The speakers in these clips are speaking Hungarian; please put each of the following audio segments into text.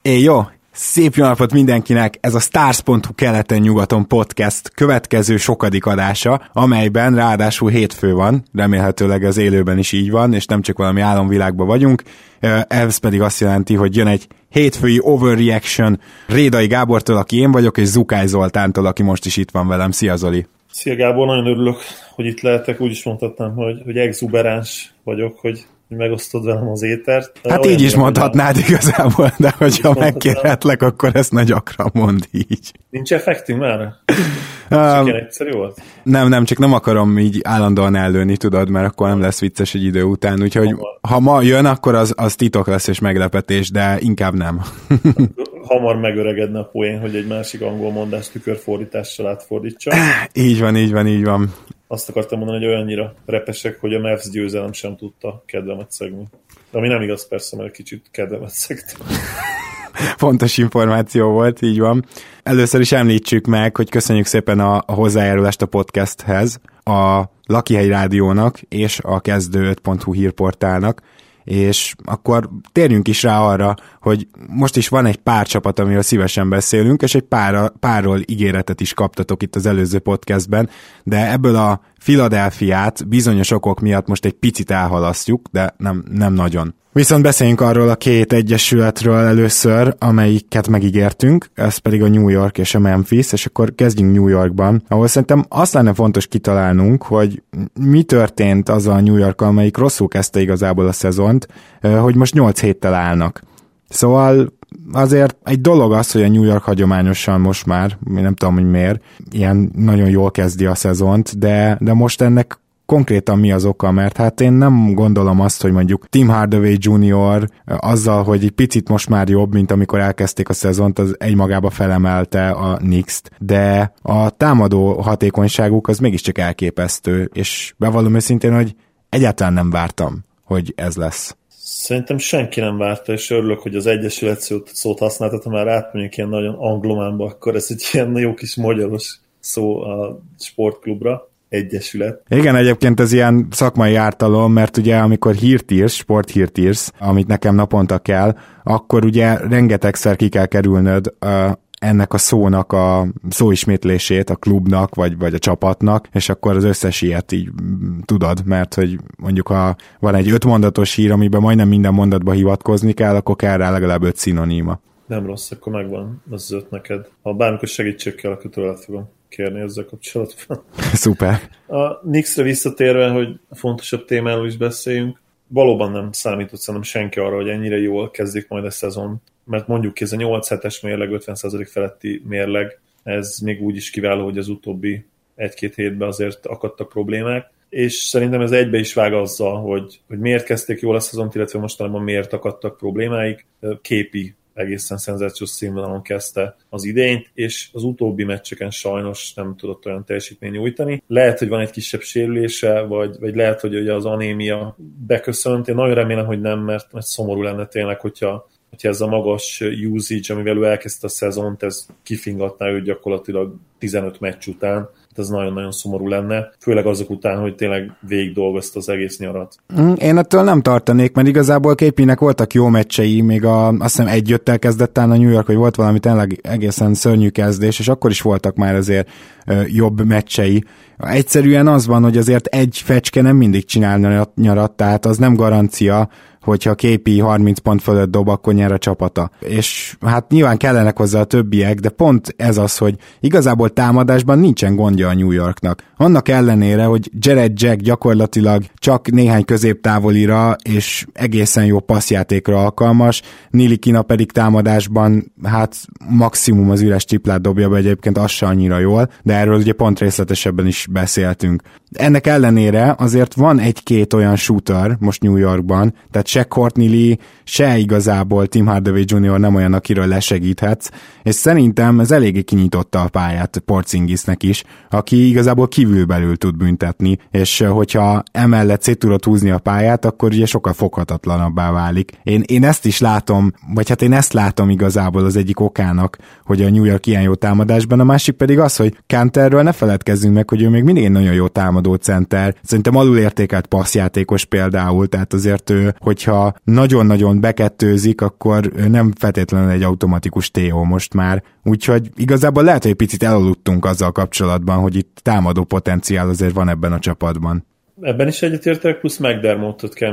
Jó, szép jó napot mindenkinek! Ez a Stars.hu keleten-nyugaton podcast következő sokadik adása, amelyben ráadásul hétfő van, remélhetőleg az élőben is így van, és nem csak valami álomvilágban vagyunk. Ez pedig azt jelenti, hogy jön egy hétfői overreaction Rédai Gábortól, aki én vagyok, és Zukály Zoltántól, aki most is itt van velem. Szia Zoli! Szia Gábor, nagyon örülök, hogy itt lehetek. Úgy is mondhatnám, hogy exuberáns vagyok, hogy megosztod velem az étert. Hát így is mondhatnád igazából, de hogyha megkérhetlek, akkor ezt ne gyakran mondd így. Nincs effektünk már? Csak ilyen egyszerű volt? Nem, csak nem akarom így állandóan ellőni, tudod, mert akkor nem lesz vicces egy idő után, úgyhogy ha ma jön, akkor az titok lesz és meglepetés, de inkább nem. Hamar megöregedne a poén, hogy egy másik angol mondás tükörfordítással átfordítsa. Így van. Azt akartam mondani, hogy olyannyira repesek, hogy a Mavs győzelem sem tudta kedvemet szegni. Ami nem igaz persze, mert kicsit kedvemet szegtem. Fontos információ volt, így van. Először is említsük meg, hogy köszönjük szépen a hozzájárulást a podcasthez, a Lakihegy Rádiónak és a Kezdő5.hu hírportálnak, és akkor térjünk is rá arra, hogy most is van egy pár csapat, amiről szívesen beszélünk, és egy párról ígéretet is kaptatok itt az előző podcastben, de ebből a Philadelphiát bizonyos okok miatt most egy picit elhalasztjuk, de nem nagyon. Viszont beszéljünk arról a két egyesületről először, amelyiket megígértünk, ez pedig a New York és a Memphis, és akkor kezdjünk New Yorkban, ahol szerintem azt lenne fontos kitalálnunk, hogy mi történt az a New York, amelyik rosszul kezdte igazából a szezont, hogy most 8 héttel állnak. Szóval azért egy dolog az, hogy a New York hagyományosan most már, nem tudom, hogy miért, ilyen nagyon jól kezdi a szezont, de most ennek konkrétan mi az oka, mert hát én nem gondolom azt, hogy mondjuk Tim Hardaway Jr. azzal, hogy egy picit most már jobb, mint amikor elkezdték a szezont, az egymagába felemelte a Knicks-t, de a támadó hatékonyságuk az mégiscsak elképesztő, és bevallom őszintén, hogy egyáltalán nem vártam, hogy ez lesz. Szerintem senki nem várta, és örülök, hogy az Egyesület szót használtad, ha már átmegyünk ilyen nagyon anglománba, akkor ez egy ilyen jó kis magyaros szó a sportklubra. Egyesület. Igen, egyébként ez ilyen szakmai ártalom, mert ugye amikor hírt írsz, sporthírt írsz, amit nekem naponta kell, akkor ugye rengetegszer ki kell kerülnöd ennek a szónak a szóismétlését a klubnak, vagy a csapatnak, és akkor az összes ilyet így tudod, mert hogy mondjuk ha van egy 5 mondatos hír, amiben majdnem minden mondatba hivatkozni kell, akkor kell rá legalább 5 szinoníma. Nem rossz, akkor megvan az 5 neked. Ha bármikor segítség kell, akkor tőled fogom kérni ezzel kapcsolatban. Szuper. A Knicksre visszatérve, hogy fontosabb témáról is beszéljünk, valóban nem számított szerintem senki arra, hogy ennyire jól kezdik majd a szezon, mert mondjuk ki ez a 8 hetes mérleg, 50% feletti mérleg, ez még úgy is kiváló, hogy az utóbbi 1-2 hétben azért akadtak problémák, és szerintem ez egybe is vág azzal, hogy miért kezdték jól a szezont, illetve mostanában miért akadtak problémáik. Képi egészen szenzációs színvonalon kezdte az idényt, és az utóbbi meccseken sajnos nem tudott olyan teljesítmény nyújtani. Lehet, hogy van egy kisebb sérülése, vagy lehet, hogy ugye az anémia beköszönt. Én nagyon remélem, hogy nem, mert szomorú lenne tényleg, hogyha ez a magas usage, amivel ő elkezdte a szezont, ez kifingatná őt gyakorlatilag 15 meccs után. Ez nagyon-nagyon szomorú lenne, főleg azok után, hogy tényleg végig dolgozta az egész nyarat. Én ettől nem tartanék, mert igazából KP-nek voltak jó meccsei, még azt hiszem 1-5-tel kezdett el a New York, hogy volt valami tényleg egészen szörnyű kezdés, és akkor is voltak már azért jobb meccsei. Egyszerűen az van, hogy azért egy fecske nem mindig csinál nyarat, tehát az nem garancia, hogyha KP 30 pont fölött dob, akkor nyer a csapata. És hát nyilván kellenek hozzá a többiek, de pont ez az, hogy igazából támadásban nincsen gondja a New Yorknak. Annak ellenére, hogy Jared Jack gyakorlatilag csak néhány középtávolira és egészen jó passzjátékra alkalmas, Nilikina pedig támadásban hát maximum az üres triplát dobja be, egyébként az se annyira jól, de erről ugye pont részletesebben is beszéltünk. Ennek ellenére azért van egy-két olyan shooter most New Yorkban, tehát se Courtney Lee, se igazából Tim Hardaway Jr. nem olyan, akiről lesegíthetsz, és szerintem ez eléggé kinyitotta a pályát Porzingisnek is, aki igazából kívülbelül tud büntetni, és hogyha emellett szét tudod húzni a pályát, akkor ugye sokkal foghatatlanabbá válik. Én ezt is látom, vagy hát én ezt látom igazából az egyik okának, hogy a New York ilyen jó támadásban, a másik pedig az, hogy Kanterről ne feledkezzünk meg, hogy ő még mindig egy nagyon jó támadó center. Szerintem alulértékelt passzjátékos például, tehát azért ő, hogyha nagyon-nagyon bekettőzik, akkor ő nem feltétlenül egy automatikus TO most már. Úgyhogy igazából lehet, hogy egy picit elaludtunk azzal kapcsolatban, hogy itt támadó potenciál azért van ebben a csapatban. Ebben is egyetértek, plusz McDermottot kell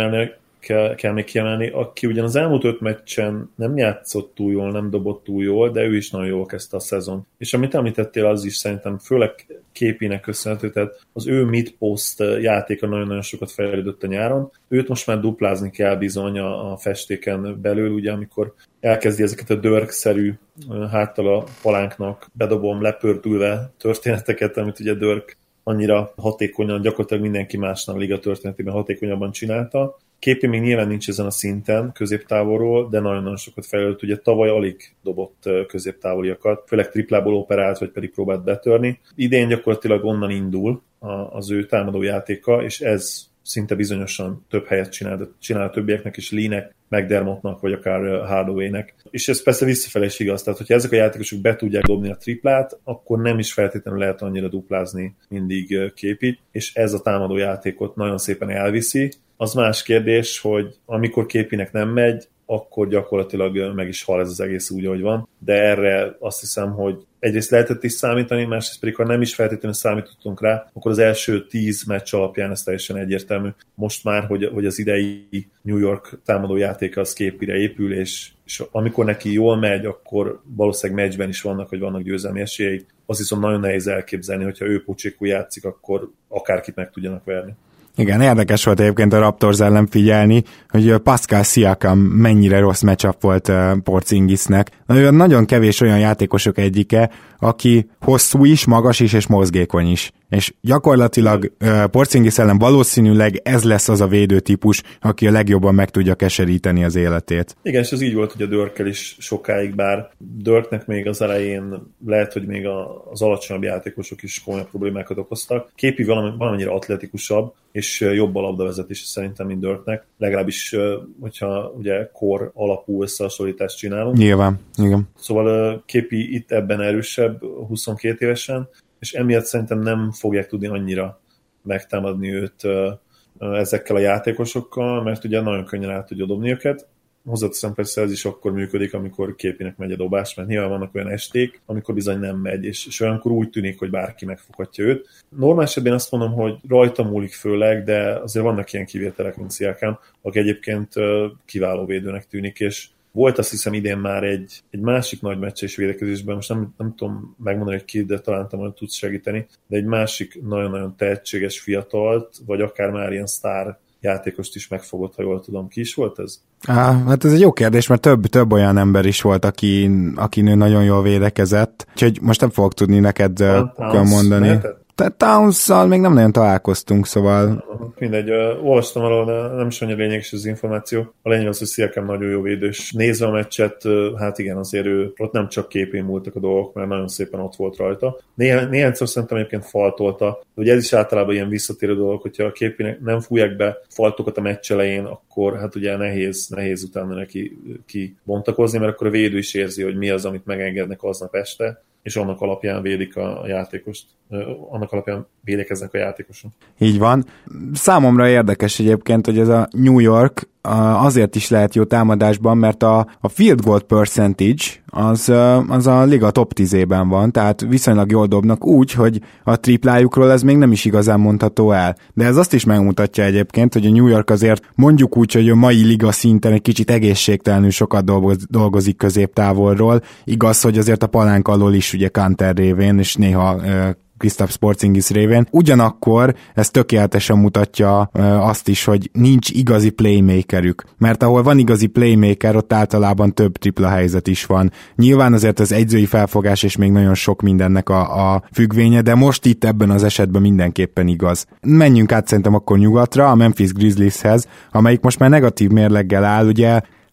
még kiemelni, aki ugyan az elmúlt 5 meccsen nem játszott túl jól, nem dobott túl jól, de ő is nagyon jól kezdte a szezon. És amit említettél, az is szerintem főleg képének köszönhető, tehát az ő mid-post játéka nagyon-nagyon sokat fejlődött a nyáron. Őt most már duplázni kell bizony a festéken belül, ugye amikor elkezdi ezeket a Dirk-szerű háttal a palánknak bedobom lepördülve történeteket, amit ugye Dirk annyira hatékonyan, gyakorlatilag mindenki másnál a liga történetében hatékonyabban csinálta. Képi még nyilván nincs ezen a szinten középtávolról, de nagyon-nagyon sokat fejlődött. Ugye tavaly alig dobott középtávoliakat, főleg triplából operált, vagy pedig próbált betörni. Idén gyakorlatilag onnan indul az ő támadójátéka, és ez szinte bizonyosan több helyet csinál a többieknek, és Lee-nek, McDermottnak, vagy akár Hardaway-nek. És ez persze visszafelé is igaz, tehát hogyha ezek a játékosok be tudják dobni a triplát, akkor nem is feltétlenül lehet annyira duplázni mindig Képit, és ez a támadó játékot nagyon szépen elviszi. Az más kérdés, hogy amikor Képinek nem megy, akkor gyakorlatilag meg is hal ez az egész úgy, ahogy van. De erre azt hiszem, hogy egyrészt lehetett is számítani, másrészt pedig, ha nem is feltétlenül számítottunk rá, akkor az első 10 meccs alapján ez teljesen egyértelmű. Most már, hogy az idei New York támadó játéka az Képire épül, és amikor neki jól megy, akkor valószínűleg meccsben is vannak győzelmi esélyei. Azt hiszem nagyon nehéz elképzelni, hogyha ő pocsékul játszik, akkor akárkit meg tudjanak verni. Igen, érdekes volt egyébként a Raptors ellen figyelni, hogy Pascal Siakam mennyire rossz matchup volt Porzingisnek. Nagyon kevés olyan játékosok egyike, aki hosszú is, magas is és mozgékony is. És gyakorlatilag Porzingis ellen valószínűleg ez lesz az a védőtípus, aki a legjobban meg tudja keseríteni az életét. Igen, és ez így volt ugye Dirkkel is sokáig, bár Dirknek még az elején lehet, hogy még az alacsonyabb játékosok is komolyabb problémákat okoztak. Képi valamennyire atletikusabb, és jobb a labdavezetése szerintem, mint Dirknek. Legalábbis, hogyha ugye kor alapú összehasonlítást csinálunk. Nyilván, igen. Szóval Képi itt ebben erősebb, 22 évesen, és emiatt szerintem nem fogják tudni annyira megtámadni őt ezekkel a játékosokkal, mert ugye nagyon könnyen át tudja dobni őket. Hozzáteszem, persze ez is akkor működik, amikor Képinek megy a dobás, mert nyilván vannak olyan esték, amikor bizony nem megy, és olyankor úgy tűnik, hogy bárki megfoghatja őt. Normál esetben azt mondom, hogy rajta múlik főleg, de azért vannak ilyen kivételek, mint Siakam, aki egyébként kiváló védőnek tűnik, és volt azt hiszem idén már egy másik nagy meccs védekezésben, most nem tudom megmondani, hogy ki, de talán te majd tudsz segíteni, de egy másik nagyon-nagyon tehetséges fiatalt, vagy akár már ilyen sztár játékost is megfogott, ha jól tudom. Ki is volt ez? Hát ez egy jó kérdés, mert több olyan ember is volt, aki nő nagyon jól védekezett, úgyhogy most nem fogok tudni neked mondani. Lehetett? Tehát Towns-szal még nem nagyon találkoztunk, szóval... Mindegy, olvastam valahol, nem is annyira lényeges az információ. A lényeg az, hogy Siakam nagyon jó védős. Nézve a meccset, hát igen, azért ott nem csak képén múltak a dolgok, mert nagyon szépen ott volt rajta. Néhányszor szerintem egyébként faltolta. Ugye ez is általában ilyen visszatérő dolog, hogyha a képének nem fújják be faltokat a meccs elején, akkor hát ugye nehéz utána neki kibontakozni, mert akkor a védő is érzi, hogy mi az, amit megengednek aznap este, és annak alapján védik a játékost, annak alapján védekeznek a játékosok. Így van. Számomra érdekes egyébként, hogy ez a New York azért is lehet jó támadásban, mert a field goal percentage az a liga top 10-ében van, tehát viszonylag jól dobnak úgy, hogy a triplájukról ez még nem is igazán mondható el. De ez azt is megmutatja egyébként, hogy a New York azért mondjuk úgy, hogy a mai liga szinten egy kicsit egészségtelenül sokat dolgozik középtávolról. Igaz, hogy azért a palánk alól is ugye Kanter révén, és néha Kristaps Porzingis révén. Ugyanakkor ez tökéletesen mutatja azt is, hogy nincs igazi playmakerük, mert ahol van igazi playmaker, ott általában több tripla helyzet is van. Nyilván azért az egyzői felfogás és még nagyon sok mindennek a függvénye, de most itt ebben az esetben mindenképpen igaz. Menjünk át szerintem akkor nyugatra, a Memphis Grizzlieshez, amelyik most már negatív mérleggel áll, ugye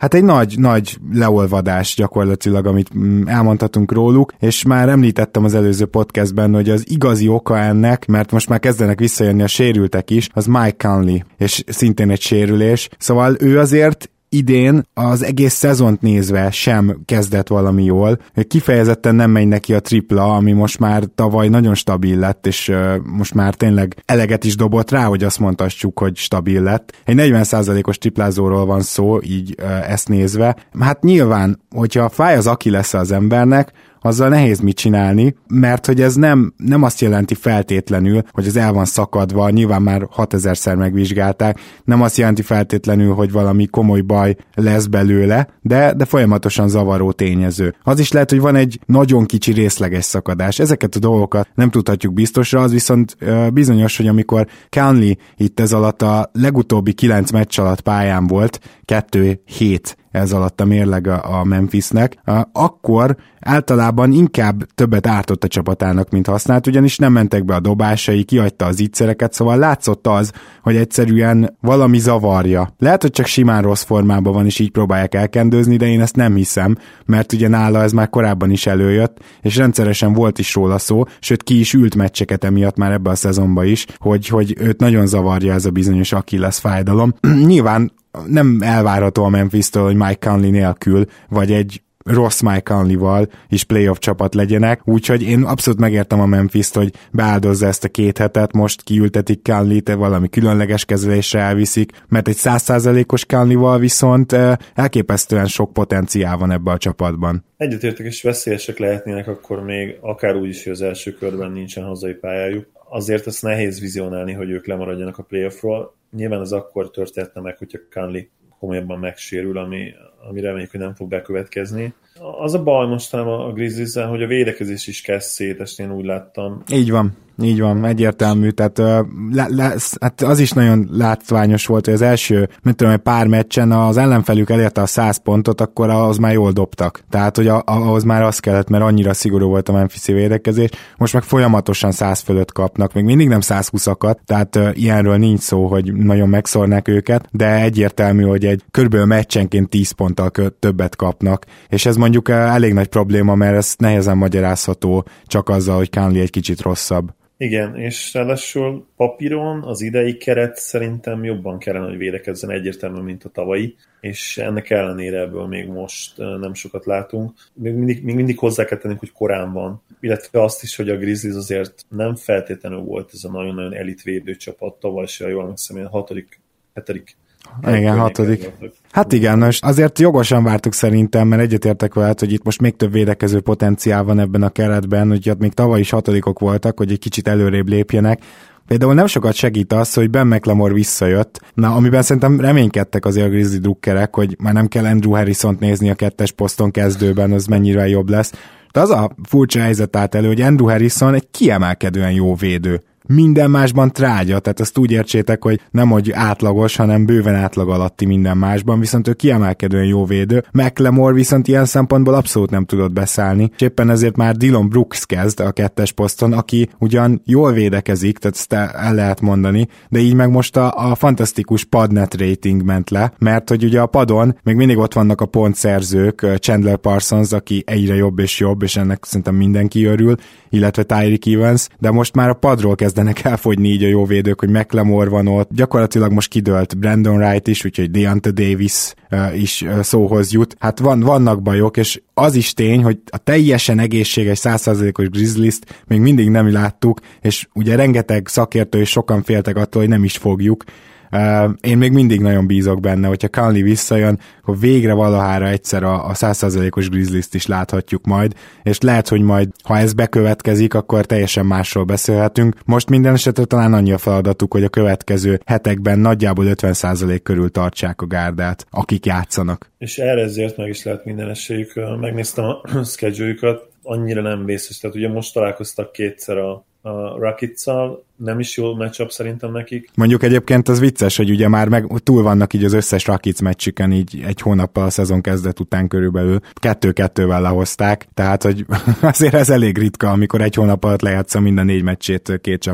hát egy nagy leolvadás gyakorlatilag, amit elmondhatunk róluk, és már említettem az előző podcastben, hogy az igazi oka ennek, mert most már kezdenek visszajönni a sérültek is, az Mike Conley, és szintén egy sérülés. Szóval ő azért idén az egész szezont nézve sem kezdett valami jól. Kifejezetten nem megy neki a tripla, ami most már tavaly nagyon stabil lett, és most már tényleg eleget is dobott rá, hogy azt mondhassuk, hogy stabil lett. Egy 40%-os triplázóról van szó, így ezt nézve. Hát nyilván, hogyha fáj az Achillesze az embernek, azzal nehéz mit csinálni, mert hogy ez nem azt jelenti feltétlenül, hogy az el van szakadva, nyilván már 6000-szer megvizsgálták, nem azt jelenti feltétlenül, hogy valami komoly baj lesz belőle, de folyamatosan zavaró tényező. Az is lehet, hogy van egy nagyon kicsi részleges szakadás. Ezeket a dolgokat nem tudhatjuk biztosra, az viszont bizonyos, hogy amikor Conley itt ez alatt a legutóbbi 9 meccs alatt pályán volt, 2-7 ez alatt a mérleg a Memphisnek, akkor általában inkább többet ártott a csapatának, mint használt, ugyanis nem mentek be a dobásai, kihagyta az ígyszereket, szóval látszott az, hogy egyszerűen valami zavarja. Lehet, hogy csak simán rossz formában van, és így próbálják elkendőzni, de én ezt nem hiszem, mert ugye nála ez már korábban is előjött, és rendszeresen volt is róla szó, sőt ki is ült meccseket emiatt már ebbe a szezonba is, hogy őt nagyon zavarja ez a bizonyos Achilles fájdalom. Nyilván nem elvárható a Memphis-től, hogy Mike Conley nélkül, vagy egy rossz Mike Conley-val is playoff csapat legyenek, úgyhogy én abszolút megértem a Memphis-t, hogy beáldozza ezt a 2 hetet, most kiültetik Conley-t, valami különleges kezelésre elviszik, mert egy 100%-os Conley-val viszont elképesztően sok potenciál van ebbe a csapatban. Egyetértek, és veszélyesek lehetnének akkor még, akár úgy is, hogy az első körben nincsen hazai pályájuk. Azért ezt nehéz vizionálni, hogy ők lemaradjanak a playoffról. Nyilván az akkor történne meg, hogyha Conley komolyabban megsérül, ami reméljük, hogy nem fog bekövetkezni. Az a baj mostanában a Grizzlies-en, hogy a védekezés is kezd szétesni, én úgy láttam. Így van, egyértelmű, tehát hát az is nagyon látványos volt, hogy az első, egy pár meccsen az ellenfelük elérte a 100 pontot, akkor ahhoz már jól dobtak. Tehát, hogy ahhoz már az kellett, mert annyira szigorú volt a Memphis-i védekezés, most meg folyamatosan 100 fölött kapnak, még mindig nem 120-akat, tehát ilyenről nincs szó, hogy nagyon megszórnák őket, de egyértelmű, hogy egy körülbelül meccsenként 10 ponttal többet kapnak, és ez mondjuk elég nagy probléma, mert ez nehezen magyarázható csak azzal, hogy Conley egy kicsit rosszabb. Igen, és ráadásul papíron az idei keret szerintem jobban kellene, hogy védekezzen egyértelműen, mint a tavalyi, és ennek ellenére ebből még most nem sokat látunk. Még mindig hozzá kell tennünk, hogy korán van, illetve azt is, hogy a Grizzlies azért nem feltétlenül volt ez a nagyon-nagyon elit védőcsapat, tavaly se, jól emlékszem, ilyen 6.-7. Igen, 6. Hát igen, most azért jogosan vártuk szerintem, mert egyetértek veled, hogy itt most még több védekező potenciál van ebben a keretben, hogy ott még tavaly is 6. voltak, hogy egy kicsit előrébb lépjenek. Például nem sokat segít az, hogy Ben McLemore visszajött, amiben szerintem reménykedtek azért a Grizzly drukkerek, hogy már nem kell Andrew Harrisont nézni a 2. poszton kezdőben, az mennyire jobb lesz. De az a furcsa helyzet állt elő, hogy Andrew Harrison egy kiemelkedően jó védő. Minden másban trágya, tehát ezt úgy értsétek, hogy nem hogy átlagos, hanem bőven átlag alatti minden másban, viszont ő kiemelkedően jó védő. McLemore viszont ilyen szempontból abszolút nem tudott beszállni, és éppen ezért már Dillon Brooks kezd a 2. poszton, aki ugyan jól védekezik, tehát ezt el lehet mondani, de így meg most a fantasztikus padnet rating ment le, mert hogy ugye a padon még mindig ott vannak a pontszerzők, Chandler Parsons, aki egyre jobb, és ennek szerintem mindenki örül, illetve Tyreek Evans, de most már a padról kezdenek elfogyni így a jó védők, hogy McLemore van ott, gyakorlatilag most kidőlt Brandon Wright is, úgyhogy Deontay Davis is szóhoz jut. Hát vannak bajok, és az is tény, hogy a teljesen egészséges 100%-os Grizzlies-t még mindig nem láttuk, és ugye rengeteg szakértő és sokan féltek attól, hogy nem is fogjuk. Én még mindig nagyon bízok benne, hogyha Conley visszajön, akkor végre valahára egyszer a 100%-os Grizzlies-t is láthatjuk majd, és lehet, hogy majd, ha ez bekövetkezik, akkor teljesen másról beszélhetünk. Most minden esetre talán annyi a feladatuk, hogy a következő hetekben nagyjából 50% körül tartsák a gárdát, akik játszanak. És erre ezért meg is lehet minden esélyük. Megnéztem a schedule-üket, annyira nem vészes, tehát ugye most találkoztak kétszer a Rockets-szal, nem is jó matchup szerintem nekik. Mondjuk egyébként az vicces, hogy ugye már túl vannak így az összes Rockets meccsüken így egy hónappal a szezon kezdet után körülbelül 2-2-vel lehozták, tehát hogy azért ez elég ritka, amikor egy hónap alatt lejátsza minden 4 meccsét 2 csapat.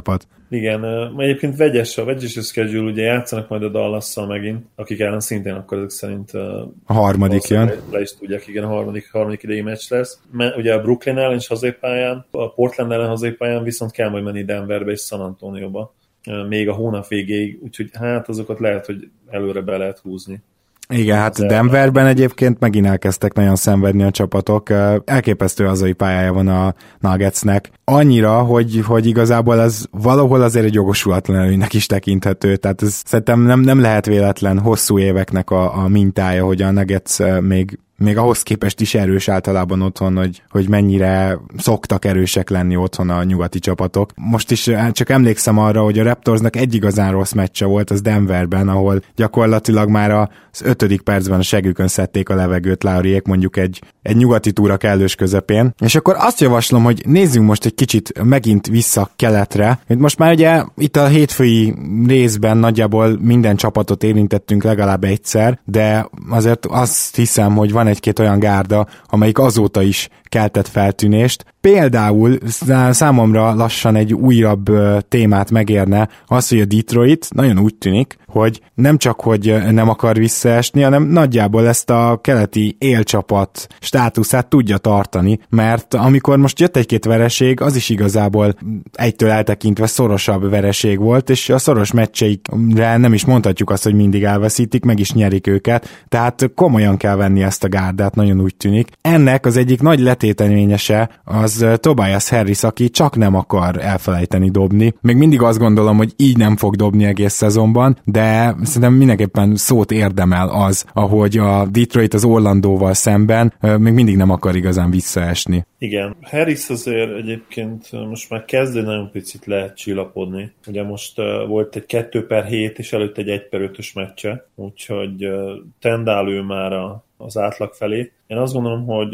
Igen, egyébként vegyes a schedule, ugye játszanak majd a Dallasszal megint, akik ellen szintén akkor ezek szerint a harmadik jön. Le is tudják, igen, a harmadik idei meccs lesz. Ugye a Brooklyn ellen is hazépályán, a Portland ellen hazépályán viszont kell majd menni Denverbe és San Antonioba még a hónap végéig, úgyhogy hát azokat lehet, hogy előre be lehet húzni. Igen, hát Denverben egyébként megint elkezdtek nagyon szenvedni a csapatok. Elképesztő hazai pályája van a Nuggetsnek. Annyira, hogy igazából ez valahol azért egy jogosulatlan előnynek is tekinthető. Tehát ez szerintem nem lehet véletlen hosszú éveknek a mintája, hogy a Nuggets még ahhoz képest is erős általában otthon, hogy mennyire szoktak erősek lenni otthon a nyugati csapatok. Most is csak emlékszem arra, hogy a Raptorsnak egy igazán rossz meccse volt, az Denverben, ahol gyakorlatilag már az 5. percben a segükön szedték a levegőt Lauriék, mondjuk egy nyugati túra kellős közepén. És akkor azt javaslom, hogy nézzünk most egy kicsit megint vissza keletre. Most már ugye itt a hétfői részben nagyjából minden csapatot érintettünk legalább egyszer, de azért azt hiszem, hogy van egy-két olyan gárda, amelyik azóta is keltett feltűnést. Például számomra lassan egy újabb témát megérne az, hogy a Detroit nagyon úgy tűnik, hogy nem csak, hogy nem akar visszaesni, hanem nagyjából ezt a keleti élcsapat státuszát tudja tartani, mert amikor most jött egy-két vereség, az is igazából egytől eltekintve szorosabb vereség volt, és a szoros meccseikre nem is mondhatjuk azt, hogy mindig elveszítik, meg is nyerik őket, tehát komolyan kell venni ezt a gárdát, nagyon úgy tűnik. Ennek az egyik nagy letéteményese az Tobias Harris, aki csak nem akar elfelejteni dobni. Még mindig azt gondolom, hogy így nem fog dobni egész szezonban, de szerintem mindenképpen szót érdemel az, ahogy a Detroit az Orlandóval szemben még mindig nem akar igazán visszaesni. Igen, Harris azért egyébként most már kezd nagyon picit lecsillapodni. Ugye most volt egy 2/7 és előtt egy 1/5-ös meccse, úgyhogy tendál ő már az átlag felé. Én azt gondolom, hogy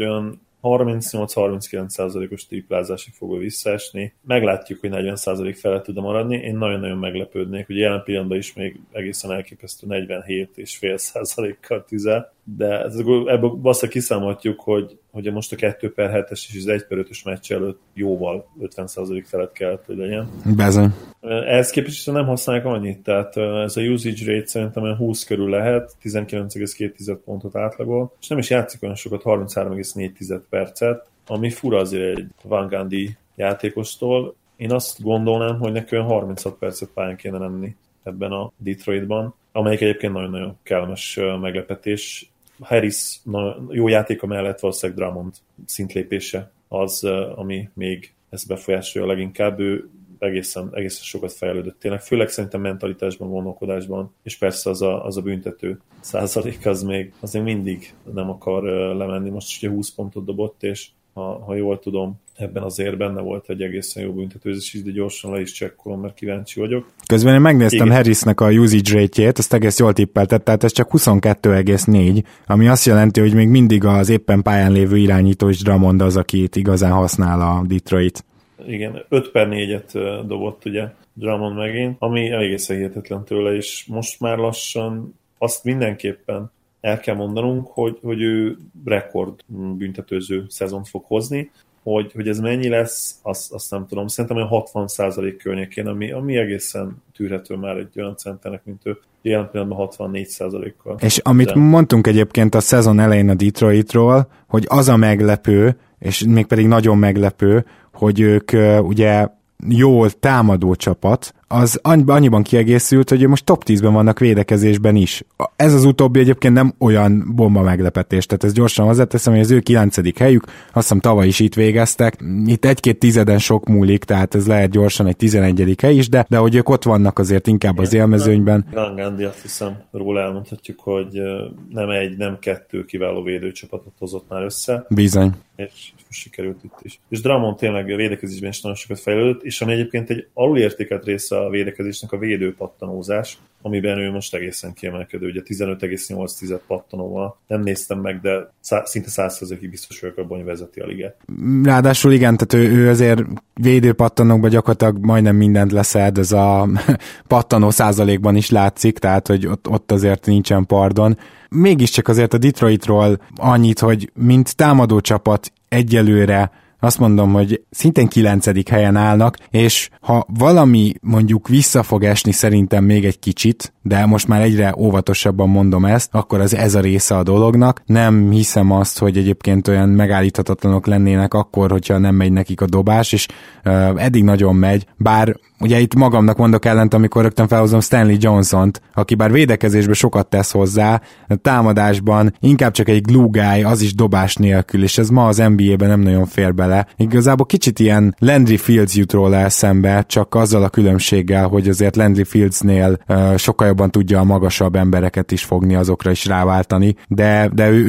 38-39%-os triplázásig fog visszaesni. Meglátjuk, hogy 40% felett tud maradni. Én nagyon-nagyon meglepődnék, hogy jelen pillanatban is még egészen elképesztő 47,5%-kal tüzel, de ebből azt kiszámolhatjuk, hogy most a 2/7-es és az 1/5-ös meccs előtt jóval 50% felett kellett, hogy legyen. Bezony. Ehhez képest nem használják annyit, tehát ez a usage rate szerintem 20 körül lehet, 19,2 pontot átlagol, és nem is játszik olyan sokat, 33,4 percet, ami fura azért egy Van Gundy játékostól. Én azt gondolnám, hogy neki olyan 36 percet pályán kéne lenni ebben a Detroitban, amelyik egyébként nagyon-nagyon kellemes meglepetés. Harris jó játéka mellett valószínűleg Drummond szintlépése az, ami még ezt befolyásolja leginkább. Ő egészen sokat fejlődött tényleg, főleg szerintem mentalitásban, gondolkodásban, és persze az a büntető százalék az még mindig nem akar lemenni. Most ugye 20 pontot dobott, és ha jól tudom, ebben azért benne volt egy egészen jó büntetőzés is, de gyorsan le is csekkolom, mert kíváncsi vagyok. Közben én megnéztem Harrisnek a usage rate-jét, ezt egész jól tippeltett, tehát ez csak 22,4, ami azt jelenti, hogy még mindig az éppen pályán lévő irányító és Drummond az, akit igazán használ a Detroit. Igen, 5/4-et dobott ugye Drummond megint, ami egészen hihetetlen tőle, és most már lassan azt mindenképpen el kell mondanunk, hogy ő rekord büntetőző szezont fog hozni, hogy ez mennyi lesz, azt nem tudom. Szerintem olyan 60% környékén, ami egészen tűrhető már egy olyan centernek, mint ő. Jelen pillanatban 64%-kal. És amit mondtunk egyébként a szezon elején a Detroitról, hogy az a meglepő, és mégpedig nagyon meglepő, hogy ők ugye jól támadó csapat, az annyiban kiegészült, hogy most top 10-ben vannak védekezésben is. Ez az utóbbi egyébként nem olyan bomba meglepetés, tehát ezt gyorsan hozzáteszem, hogy az ő 9. helyük, azt hiszem tavaly is itt végeztek, itt 1-2 tizeden sok múlik, tehát ez lehet gyorsan egy 11. hely is, de hogy ők ott vannak azért inkább az élmezőnyben. Van Gundy, azt hiszem, róla elmondhatjuk, hogy nem egy, nem 2 kiváló védőcsapatot hozott már össze. Bizony. És sikerült itt is. És Drummond tényleg a védekezésben is nagyon sokat fejlődött, és ami egyébként egy alulértékelt része a védekezésnek a védőpattanózás, amiben ő most egészen kiemelkedő, ugye 15,8 pattanóval. Nem néztem meg, de szinte 100%-ig biztos vagyok abban, hogy vezeti a ligát. Ráadásul igen, tehát ő azért védőpattanókban gyakorlatilag majdnem mindent leszed, ez a pattanó százalékban is látszik, tehát hogy ott azért nincsen pardon. Mégiscsak azért a Detroitról annyit, hogy mint támadó csapat egyelőre azt mondom, hogy szintén 9. helyen állnak, és ha valami mondjuk vissza fog esni szerintem még egy kicsit, de most már egyre óvatosabban mondom ezt, akkor ez a része a dolognak. Nem hiszem azt, hogy egyébként olyan megállíthatatlanok lennének akkor, hogyha nem megy nekik a dobás, és eddig nagyon megy, bár ugye itt magamnak mondok ellent, amikor rögtön felhozom Stanley Johnson-t, aki bár védekezésben sokat tesz hozzá, támadásban inkább csak egy glue guy, az is dobás nélkül, és ez ma az NBA-ben nem nagyon fér bele. Igazából kicsit ilyen Landry Fields jut róla eszembe, csak azzal a különbséggel, hogy azért Landry Fieldsnél sokkal jobban tudja a magasabb embereket is fogni, azokra is ráváltani, de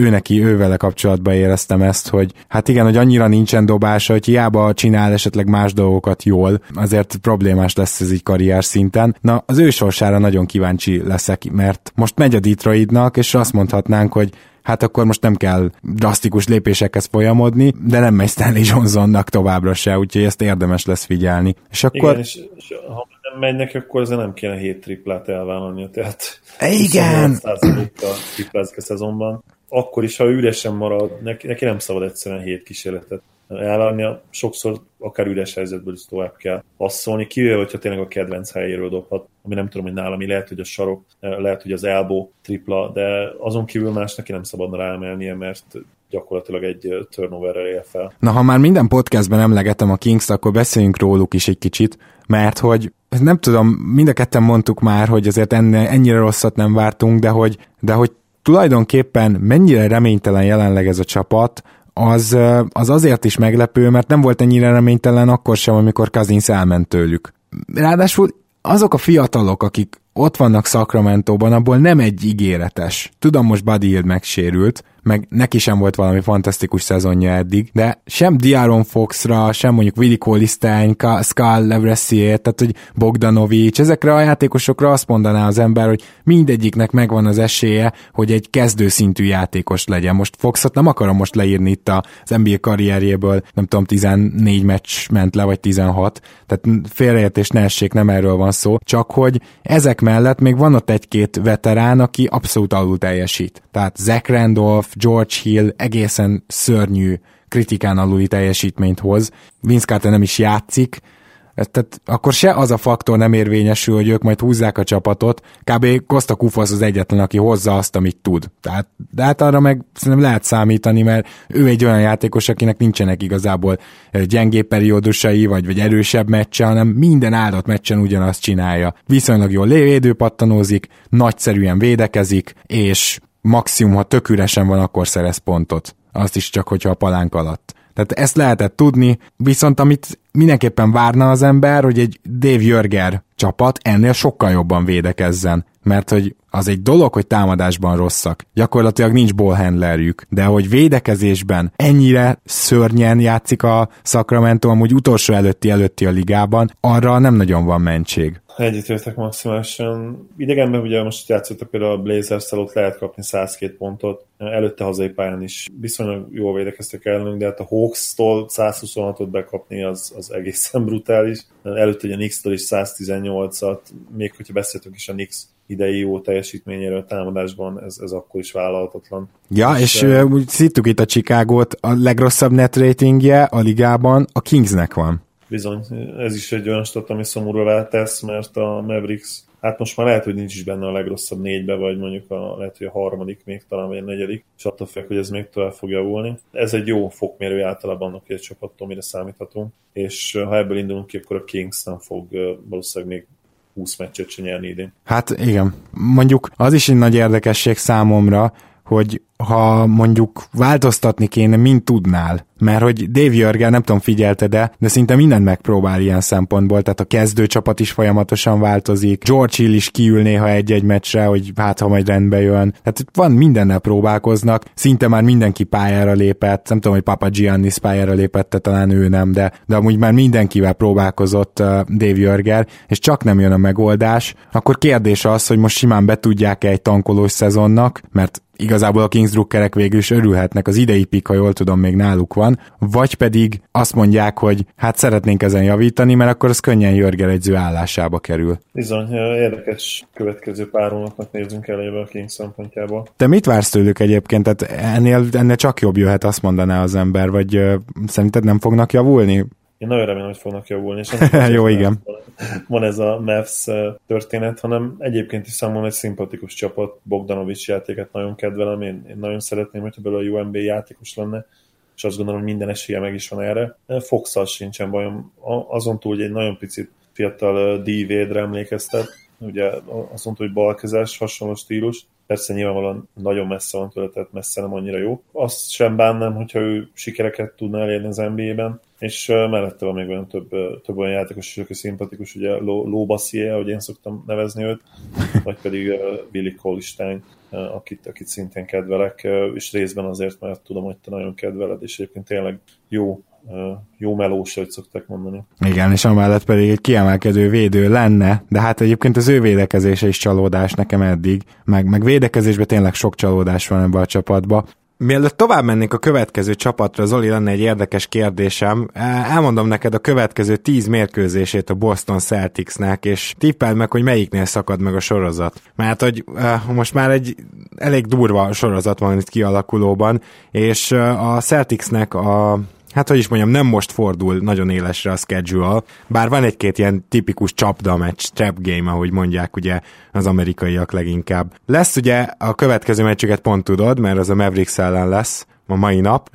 ő vele kapcsolatban éreztem ezt, hogy hát igen, hogy annyira nincsen dobása, hogy hiába csinál esetleg más dolgokat jól, azért problémás lesz ez így karrier szinten. Na, az ő sorsára nagyon kíváncsi leszek, mert most megy a Detroitnak, és azt mondhatnánk, hogy hát akkor most nem kell drasztikus lépésekhez folyamodni, de nem megy Stanley Johnsonnak továbbra se, úgyhogy ezt érdemes lesz figyelni. És akkor... Igen, és ha nem megy neki, akkor ezzel nem kéne 7 triplát elvállalnia, tehát igen! 28%-kal triplázik a szezonban. Akkor is, ha üresen marad, neki nem szabad egyszerűen 7 kísérletet elválnia, sokszor akár üres helyzetből is tovább kell passzolni, kivéve, hogyha tényleg a kedvenc helyéről dobhat, ami nem tudom, hogy nálam, lehet, hogy a sarok, lehet, hogy az elbow tripla, de azon kívül más neki nem szabadna ráemelnie, mert gyakorlatilag egy turnoverrel él fel. Na, ha már minden podcastben emlegetem a Kings, akkor beszéljünk róluk is egy kicsit, mert hogy nem tudom, mind a ketten mondtuk már, hogy azért ennyire rosszat nem vártunk, de hogy tulajdonképpen mennyire reménytelen jelenleg ez a csapat, az azért is meglepő, mert nem volt ennyire reménytelen akkor sem, amikor Cousins elment tőlük. Ráadásul azok a fiatalok, akik ott vannak Sacramentóban, abból nem egy ígéretes. Tudom, most Buddy Hield megsérült, meg neki sem volt valami fantasztikus szezonja eddig, de sem De'Aaron Foxra, sem mondjuk Willie Cauley-Stein, Skal Lavressier, tehát hogy Bogdanovic, ezekre a játékosokra azt mondaná az ember, hogy mindegyiknek megvan az esélye, hogy egy kezdőszintű játékos legyen. Most Foxot nem akarom most leírni itt az NBA karrierjéből, nem tudom, 14 meccs ment le, vagy 16, tehát félreértés ne essék, nem erről van szó, csak hogy ezek mellett még van ott egy-két veterán, aki abszolút alul teljesít. Tehát Zach Randolph, George Hill egészen szörnyű, kritikán aluli teljesítményt hoz. Vince Carter nem is játszik, tehát akkor se az a faktor nem érvényesül, hogy ők majd húzzák a csapatot, kb. Costa Koufos az egyetlen, aki hozza azt, amit tud. De hát arra meg szerintem lehet számítani, mert ő egy olyan játékos, akinek nincsenek igazából gyengébb periódusai, vagy erősebb meccse, hanem minden áldott meccsen ugyanazt csinálja. Viszonylag jól védőpattanózik, nagyszerűen védekezik, és maximum, ha tök üresen van, akkor szerez pontot. Azt is csak, hogyha a palánk alatt. Tehát ezt lehetett tudni, viszont amit mindenképpen várna az ember, hogy egy Dave Joerger csapat ennél sokkal jobban védekezzen. Mert hogy az egy dolog, hogy támadásban rosszak. Gyakorlatilag nincs ballhandlerjük, de hogy védekezésben ennyire szörnyen játszik a Sacramento, amúgy utolsó előtti a ligában, arra nem nagyon van mentség. Egyetértek maximálisan. Idegenben ugye most játszottak például a Blazers-szel, ott lehet kapni 102 pontot. Előtte hazai pályán is viszonylag jól védekeztek ellenünk, de hát a Hawks-tól 126-ot bekapni az egészen brutális. Előtte ugye a Knicks-től is 118-at, még hogyha beszéltünk is a Knicks idei jó teljesítményéről a támadásban, ez akkor is vállalhatatlan. Ja, és úgy szittuk itt a Chicagót, a legrosszabb net ratingje a ligában a Kingsnek van. Bizony, ez is egy olyan stat, ami szomorúvá tesz, mert a Mavericks, hát most már lehet, hogy nincs is benne a legrosszabb 4-be, vagy mondjuk lehet, hogy a harmadik még talán, vagy a negyedik, és attól fél, hogy ez még tovább fog javulni. Ez egy jó fokmérő általában annak, hogy egy csapattól mire számíthatunk, és ha ebből indulunk ki, akkor a Kings nem fog valószínűleg még 20 meccset se nyerni idén. Hát igen, mondjuk az is egy nagy érdekesség számomra, hogy ha mondjuk változtatni kéne, mint tudnál, mert hogy Dave Joerger, nem tudom, figyelte, de szinte mindent megpróbál ilyen szempontból, tehát a kezdőcsapat is folyamatosan változik, George Hill is kiül néha egy-egy meccsre, hogy hát ha majd rendbe jön, tehát van mindennel próbálkoznak, szinte már mindenki pályára lépett, nem tudom, hogy Papagiannis pályára lépett, talán ő nem, de amúgy már mindenkivel próbálkozott Dave Joerger, és csak nem jön a megoldás, akkor kérdés az, hogy most simán be tudják-e egy tankolós szezonnak, mert igazából a Kings drukkerek végül is örülhetnek, az idei pick, ha jól tudom, még náluk van, vagy pedig azt mondják, hogy hát szeretnénk ezen javítani, mert akkor az könnyen jörgelegyző állásába kerül. Bizony, érdekes következő pár hónapnak nézzünk elébe a Kings szempontjából. Te mit vársz tőlük egyébként? Tehát ennél csak jobb jöhet, azt mondaná az ember, vagy szerinted nem fognak javulni? Én nagyon remélem, hogy fognak javulni, és jó, igen. Van ez a Mavs történet, hanem egyébként is számomra egy szimpatikus csapat, Bogdanovics játéket nagyon kedvelem, én nagyon szeretném, hogyha belőle a UNB játékos lenne, és azt gondolom, hogy minden esélye meg is van erre. Fox-szal sincsen bajom, azon túl, hogy egy nagyon picit fiatal D. Wade-re emlékeztet, ugye azt mondta, hogy balkezes, hasonló stílus, persze nyilvánvalóan nagyon messze van tőle, tehát messze nem annyira jó. Azt sem bánnám, hogyha ő sikereket tudna elérni az NBA-ben, és mellette van még olyan több olyan játékos, aki szimpatikus, ugye Lóbassier, ahogy én szoktam nevezni őt, vagy pedig Willi Cauley-Stein, akit szintén kedvelek, és részben azért, mert tudom, hogy te nagyon kedveled, és egyébként tényleg jó melós, hogy szokták mondani. Igen, és amellett pedig egy kiemelkedő védő lenne, de hát egyébként az ő védekezése is csalódás nekem eddig, meg védekezésben tényleg sok csalódás van ebbe a csapatba. Mielőtt tovább mennénk a következő csapatra, Zoli, lenne egy érdekes kérdésem. Elmondom neked a következő 10 mérkőzését a Boston Celticsnek, és tippeld meg, hogy melyiknél szakad meg a sorozat. Mert hogy most már egy elég durva sorozat van itt kialakulóban, és a Celticsnek hát hogy is mondjam, nem most fordul nagyon élesre a schedule, bár van egy-két ilyen tipikus csapda meccs, trap game, ahogy mondják ugye az amerikaiak leginkább. Lesz ugye a következő meccsüket pont tudod, mert az a Mavericks ellen lesz a mai nap.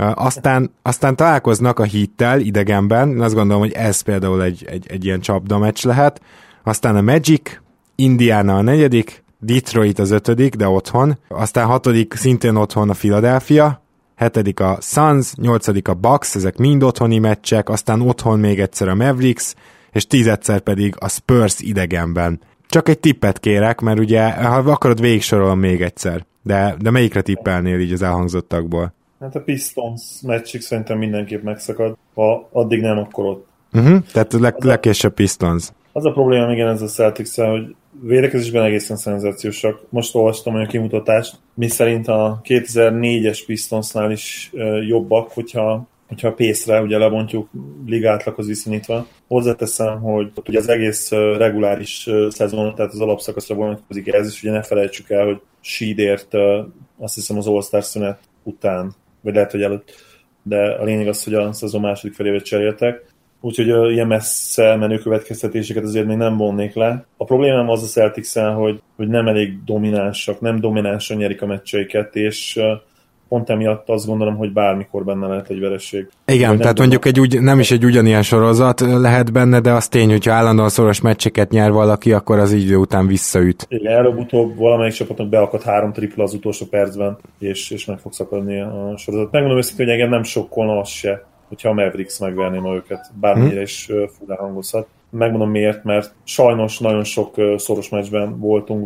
Aztán találkoznak a Heattel idegenben, én azt gondolom, hogy ez például egy ilyen csapda meccs lehet. Aztán a Magic, Indiana a 4., Detroit az 5., de otthon. Aztán 6. szintén otthon a Philadelphia, 7. a Suns, 8. a Bucks, ezek mind otthoni meccsek, aztán otthon még egyszer a Mavericks, és 10-szer pedig a Spurs idegenben. Csak egy tippet kérek, mert ugye, ha akarod, végigsorolom még egyszer. De melyikre tippelnél így az elhangzottakból? Hát a Pistons meccsig szerintem mindenképp megszakad, ha addig nem, akkor ott. Tehát legkésőbb Pistons. Az a probléma, igen, ez a Celtics-szel, hogy védekezésben egészen szenzációsak. Most olvastam olyan kimutatást, mi szerint a 2004-es Pistonsnál is jobbak, hogyha a pace-re ugye lebontjuk ligátlaghoz viszonyítva. Hozzáteszem, hogy ugye az egész reguláris szezon, tehát az alapszakaszra vonatkozik ez, és ugye ne felejtsük el, hogy Sheedért azt hiszem az All-Star szünet után, vagy lehet, hogy előtt, de a lényeg az, hogy a szezon második felébe cseréltek. Úgyhogy ilyen messze menő következtetéseket azért még nem vonnék le. A problémám az a Celtics-en, hogy nem elég dominánsak, nem dominánsan nyerik a meccseiket, és pont emiatt azt gondolom, hogy bármikor benne lehet egy vereség. Igen, tehát mondjuk nem is egy ugyanilyen sorozat lehet benne, de az tény, hogyha állandóan szoros meccseket nyer valaki, akkor az idő után visszaüt. Igen, előbb-utóbb valamelyik csapatnak beakadt 3 tripla az utolsó percben, és meg fog szakadni a sorozat. Megmondom őszintén, hogy engem nem sokkolna az se, hogyha a Mavericks megverné ma őket, bármennyire is furán hangozhat. Megmondom miért, mert sajnos nagyon sok szoros meccsben voltunk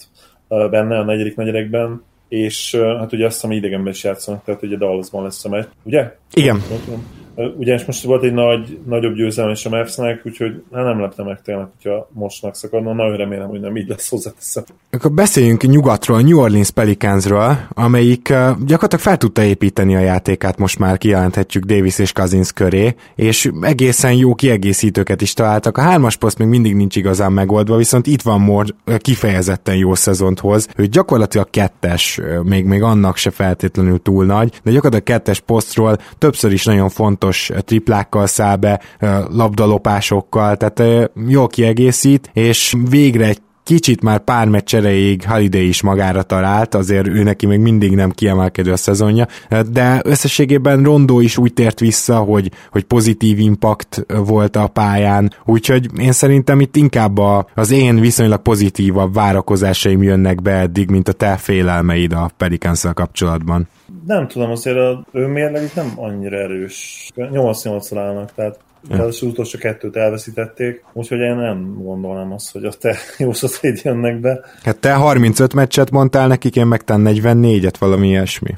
benne a negyedik negyedekben, és hát ugye azt hiszem idegenben is játszanak, tehát ugye Dallasban lesz a meccs, ugye? Igen. Ugye és most volt egy nagyobb győzelem is a Mavsnek, úgyhogy nem lepte meg tényleg, hogyha most megszakadna. Nagyon remélem, hogy nem így lesz, hozzáteszem. Akkor beszéljünk nyugatról, New Orleans Pelicansről, amelyik gyakorlatilag fel tudta építeni a játékát, most már kijelenthetjük Davis és Cousins köré, és egészen jó kiegészítőket is találtak. A 3-as poszt még mindig nincs igazán megoldva, viszont itt van Moore kifejezetten jó szezont hoz. Ő gyakorlatilag 2-es, még annak se feltétlenül túl nagy, de gyakorlatilag 2-es posztról többször is nagyon fontos triplákkal száll be, labdalopásokkal, tehát jól kiegészít, és végre egy kicsit már pár meccs erejéig Holiday is magára talált, azért ő neki még mindig nem kiemelkedő a szezonja, de összességében Rondo is úgy tért vissza, hogy pozitív impact volt a pályán, úgyhogy én szerintem itt inkább az én viszonylag pozitívabb várakozásaim jönnek be eddig, mint a te félelmeid a Pelicans-szel kapcsolatban. Nem tudom, azért ő mérleg itt nem annyira erős. 8-8-szor állnak, tehát az utolsó 2-t elveszítették, úgyhogy én nem gondolnám azt, hogy a te jószatéd jönnek be. Hát te 35 meccset mondtál nekik, én meg 44-et, valami ilyesmi.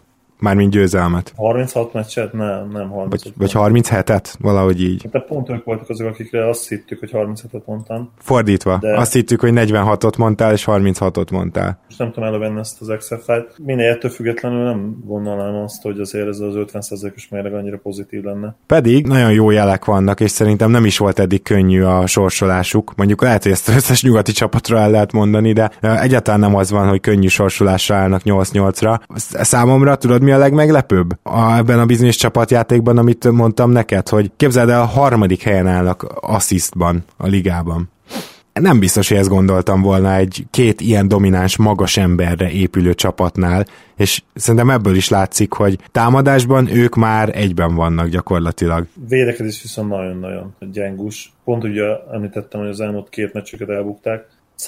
Mármint győzelmet. 36 meccset? Nem 36. Vagy 37-et? Valahogy így. Hát pont ők voltak azok, akikre azt hittük, hogy 37-et mondtam. Fordítva. De... Azt hittük, hogy 46-ot mondtál, és 36-ot mondtál. Most nem tudom elővenni ezt az Excel fájlt. Minél ettől függetlenül nem gondolnám azt, hogy azért ez az 50%-os mérleg annyira pozitív lenne. Pedig nagyon jó jelek vannak, és szerintem nem is volt eddig könnyű a sorsolásuk. Mondjuk lehet, hogy ezt az összes nyugati csapatra el lehet mondani, de egyáltalán nem az van, hogy könnyű sorsolásra állnak 8-8-ra. Számomra tudod, mi a legmeglepőbb? Ebben a bizonyos csapatjátékban, amit mondtam neked, hogy képzeld el, a 3. helyen állnak asszisztban a ligában. Nem biztos, hogy ezt gondoltam volna egy 2 ilyen domináns, magas emberre épülő csapatnál, és szerintem ebből is látszik, hogy támadásban ők már egyben vannak gyakorlatilag. Védekezés viszont nagyon-nagyon gyengus. Pont ugye említettem, hogy az elmúlt 2 meccsüket elbukták.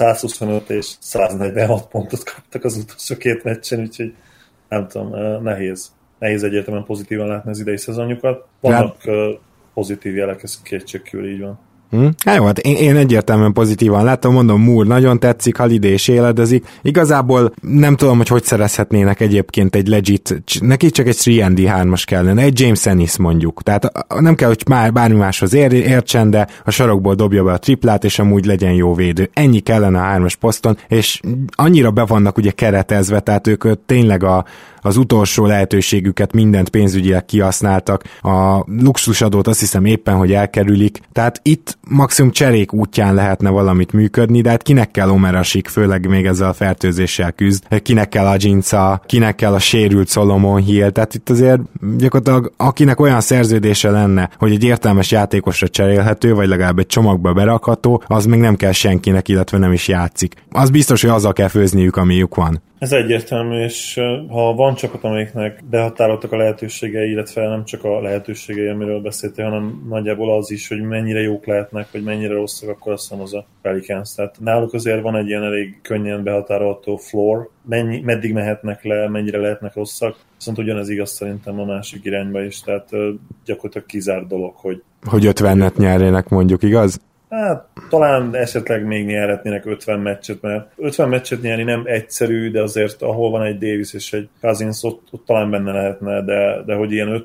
125 és 146 pontot kaptak az utolsó 2 meccsen, úgyhogy nem tudom, nehéz egyértelműen pozitívan látni az idei szezonjukat. Vannak pozitív jelek, ez kétségkívül így van. Hát jó, hát én egyértelműen pozitívan látom, mondom, Moore nagyon tetszik, Holiday is éledezik. Igazából nem tudom, hogy szerezhetnének egyébként egy legit, neki csak egy 3&D3-as kellene, egy James Ennis mondjuk. Tehát nem kell, hogy bármi máshoz értsen, de a sarokból dobja be a triplát, és amúgy legyen jó védő. Ennyi kellene a 3-as poszton, és annyira be vannak ugye keretezve, tehát ők tényleg az utolsó lehetőségüket mindent pénzügyileg kihasználtak, a luxusadót azt hiszem éppen, hogy elkerülik, tehát itt maximum cserék útján lehetne valamit működni, de hát kinek kell Omer Asik, főleg még ezzel a fertőzéssel küzd, kinek kell Ajinca, kinek kell a sérült Solomon Hill, tehát itt azért gyakorlatilag akinek olyan szerződése lenne, hogy egy értelmes játékosra cserélhető, vagy legalább egy csomagba berakható, az még nem kell senkinek, illetve nem is játszik. Az biztos, hogy azzal kell főzniük, amiük van. Ez egyértelmű, és ha van csapat, amelyiknek behatároltak a lehetőségei, illetve nem csak a lehetőségei, amiről beszéltél, hanem nagyjából az is, hogy mennyire jók lehetnek, vagy mennyire rosszak, akkor azt mondom, az a Pelicans. Tehát náluk azért van egy ilyen elég könnyen behatárolható floor, meddig mehetnek le, mennyire lehetnek rosszak, viszont ugyanez igaz szerintem a másik irányba is, tehát gyakorlatilag kizárt dolog, hogy 50-et nyerjenek mondjuk, igaz? Hát talán esetleg még nyerhetnének 50 meccset, mert 50 meccset nyerni nem egyszerű, de azért ahol van egy Davis és egy Cousins, ott talán benne lehetne, de hogy ilyen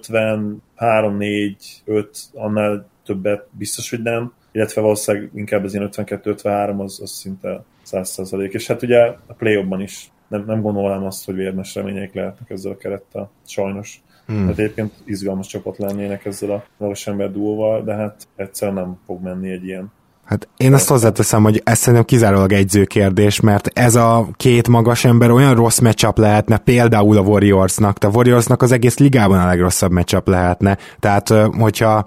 53, 4, 5, annál többet biztos, hogy nem, illetve valószínűleg inkább az ilyen 52-53 az szinte 100%. És hát ugye a play-offban is nem gondolnám azt, hogy érmes reményeik lehetnek ezzel a kerettel, sajnos. Hát egyébként izgalmas csapat lennének ezzel a magas ember duóval, de hát egyszerűen nem fog menni egy ilyen. Hát én azt hozzáteszem, hogy ez szerintem kizárólag egyző kérdés, mert ez a 2 magas ember olyan rossz matchup lehetne, például a Warriorsnak. A Warriorsnak az egész ligában a legrosszabb matchup lehetne. Tehát, hogyha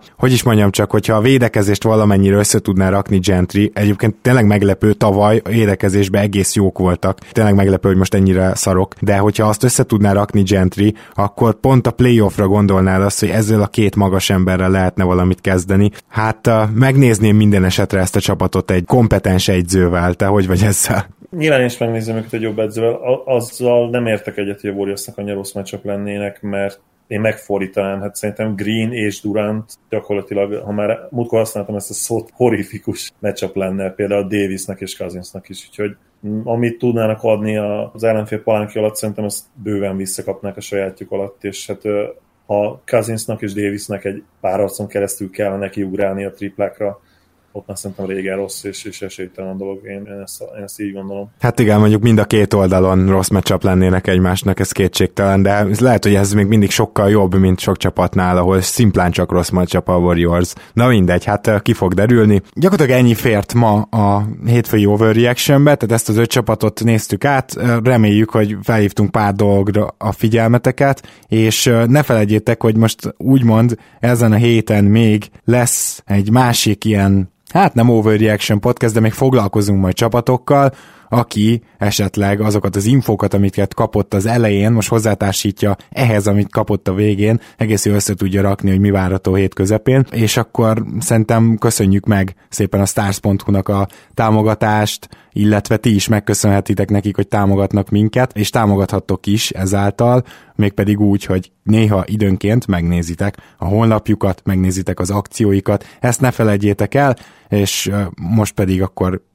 a védekezést valamennyire össze tudná rakni Gentry, egyébként tényleg meglepő, tavaly a védekezésben egész jók voltak. Tényleg meglepő, hogy most ennyire szarok, de hogyha azt össze tudná rakni Gentry, akkor pont a playoffra gondolnál azt, hogy ezzel a 2 magas emberrel lehetne valamit kezdeni. Hát megnézném minden esetre ezt a csapatot egy kompetens egyzővel, te hogy vagy ezzel? Nyilván is megnézem őket egy jobb edzővel, azzal nem értek egyet, hogy a Warriorsnak annyira rossz meccsok lennének, mert én megfordítanám, hát szerintem Green és Durant gyakorlatilag, ha már múltkor használtam ezt a szót, horrifikus matchup lenne például Davisnek és Cousinsnak is, úgyhogy amit tudnának adni az ellenfél palánki alatt, szerintem azt bőven visszakapnák a sajátjuk alatt, és hát ha Cousinsnak és Davisnek egy pár arcon keresztül kellene kiugrálni a triplákra, ott már szerintem régen rossz és esélytelen a dolog, én ezt így gondolom. Hát igen, mondjuk mind a 2 oldalon rossz matchup lennének egymásnak, ez kétségtelen, de ez lehet, hogy ez még mindig sokkal jobb, mint sok csapatnál, ahol szimplán csak rossz matchup a Warriors. Na mindegy, hát ki fog derülni. Gyakorlatilag ennyi fért ma a hétfői Overreactionbe, tehát ezt az 5 csapatot néztük át, reméljük, hogy felhívtunk pár dologra a figyelmeteket, és ne felejtjétek, hogy most úgymond ezen a héten még lesz egy másik ilyen, hát nem Overreaction podcast, de még foglalkozunk majd csapatokkal, aki esetleg azokat az infókat, amiket kapott az elején, most hozzátársítja ehhez, amit kapott a végén, egész jól össze tudja rakni, hogy mi várható hét közepén, és akkor szerintem köszönjük meg szépen a Stars.hu-nak a támogatást, illetve ti is megköszönhetitek nekik, hogy támogatnak minket, és támogathattok is ezáltal, mégpedig úgy, hogy néha időnként megnézitek a honlapjukat, megnézitek az akcióikat, ezt ne felejtjétek el, és most pedig akkor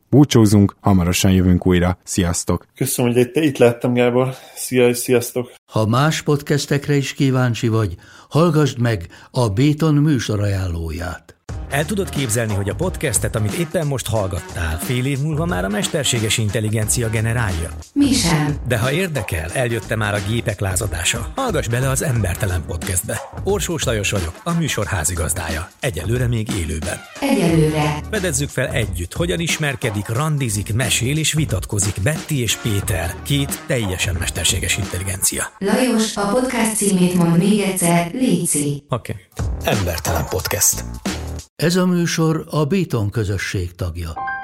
búcsúzunk, hamarosan jövünk újra. Sziasztok! Köszönöm, hogy itt lehettem, Gábor. Szia, és sziasztok! Ha más podcastekre is kíváncsi vagy, hallgassd meg a Béton műsor ajánlóját. El tudod képzelni, hogy a podcastet, amit éppen most hallgattál, fél év múlva már a mesterséges intelligencia generálja? Mi sem. De ha érdekel, eljött már a gépek lázadása. Hallgass bele az Embertelen Podcastbe. Orsós Lajos vagyok, a műsor házigazdája. Egyelőre még élőben. Egyelőre. Fedezzük fel együtt, hogyan ismerkedik, randizik, mesél és vitatkozik Betty és Péter, két teljesen mesterséges intelligencia. Lajos, a podcast címét mond még egyszer, léci. Oké. Embertelen Podcast. Ez a műsor a Béton közösség tagja.